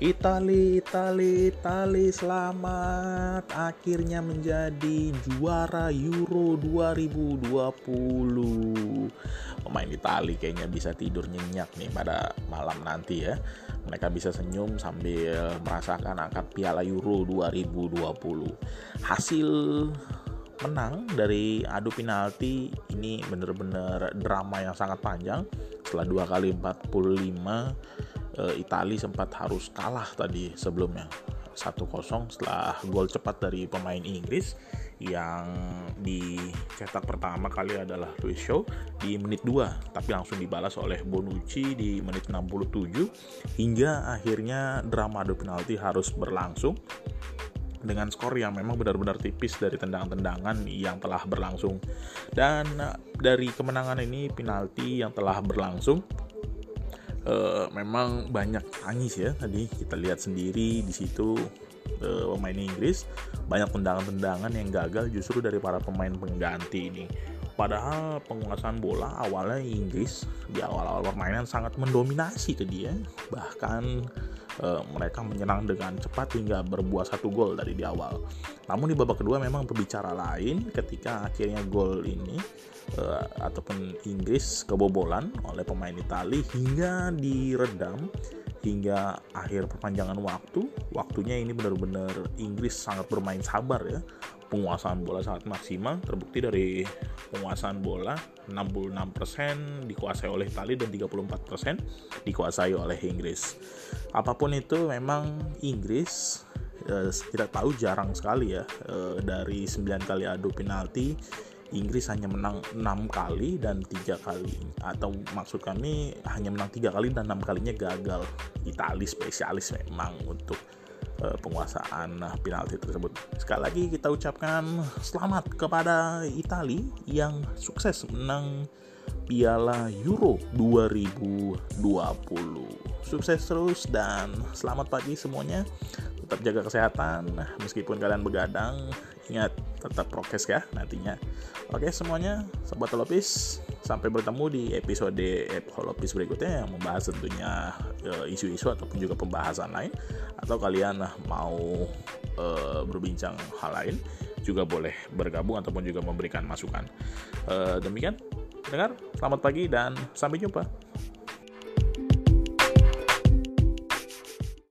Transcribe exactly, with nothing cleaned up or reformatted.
Itali, Itali, Itali selamat akhirnya menjadi juara Euro dua ribu dua puluh. Pemain Itali kayaknya bisa tidur nyenyak nih pada malam nanti ya. Mereka bisa senyum sambil merasakan angkat piala Euro dua ribu dua puluh. Hasil menang dari adu penalti ini benar-benar drama yang sangat panjang. Setelah dua kali empat puluh lima, Italia sempat harus kalah tadi sebelumnya satu kosong setelah gol cepat dari pemain Inggris yang dicetak pertama kali adalah Luis Shaw di menit dua, tapi langsung dibalas oleh Bonucci di menit enam puluh tujuh, hingga akhirnya drama adu penalti harus berlangsung dengan skor yang memang benar-benar tipis dari tendangan-tendangan yang telah berlangsung. Dan dari kemenangan ini, penalti yang telah berlangsung Uh, memang banyak tangis ya. Tadi kita lihat sendiri di situ uh, pemain Inggris banyak tendangan-tendangan yang gagal justru dari para pemain pengganti ini. Padahal penguasaan bola awalnya Inggris di awal-awal permainan sangat mendominasi tadi ya. Bahkan uh, mereka menyerang dengan cepat hingga berbuah satu gol dari di awal. Namun di babak kedua memang berbicara lain ketika akhirnya gol ini Uh, ataupun Inggris kebobolan oleh pemain Italia hingga diredam hingga akhir perpanjangan waktu. Waktunya ini benar-benar Inggris sangat bermain sabar ya. Penguasaan bola sangat maksimal, terbukti dari penguasaan bola enam puluh enam persen dikuasai oleh Italia dan tiga puluh empat persen dikuasai oleh Inggris. Apapun itu memang Inggris uh, kita tahu jarang sekali ya, uh, dari sembilan kali adu penalti Inggris hanya menang enam kali dan tiga kali, atau maksud kami hanya menang tiga kali dan enam kalinya gagal. Italia spesialis memang untuk uh, penguasaan uh, penalti tersebut. Sekali lagi kita ucapkan selamat kepada Italia yang sukses menang Piala Euro dua ribu dua puluh. Sukses terus dan selamat pagi semuanya. Tetap jaga kesehatan meskipun kalian begadang. Ingat, tetap prokes ya nantinya. Oke semuanya, Sobat Holopis, sampai bertemu di episode Holopis berikutnya yang membahas tentunya e, isu-isu ataupun juga pembahasan lain. Atau kalian mau e, berbincang hal lain, juga boleh bergabung ataupun juga memberikan masukan. E, demikian, dengar, selamat pagi dan sampai jumpa.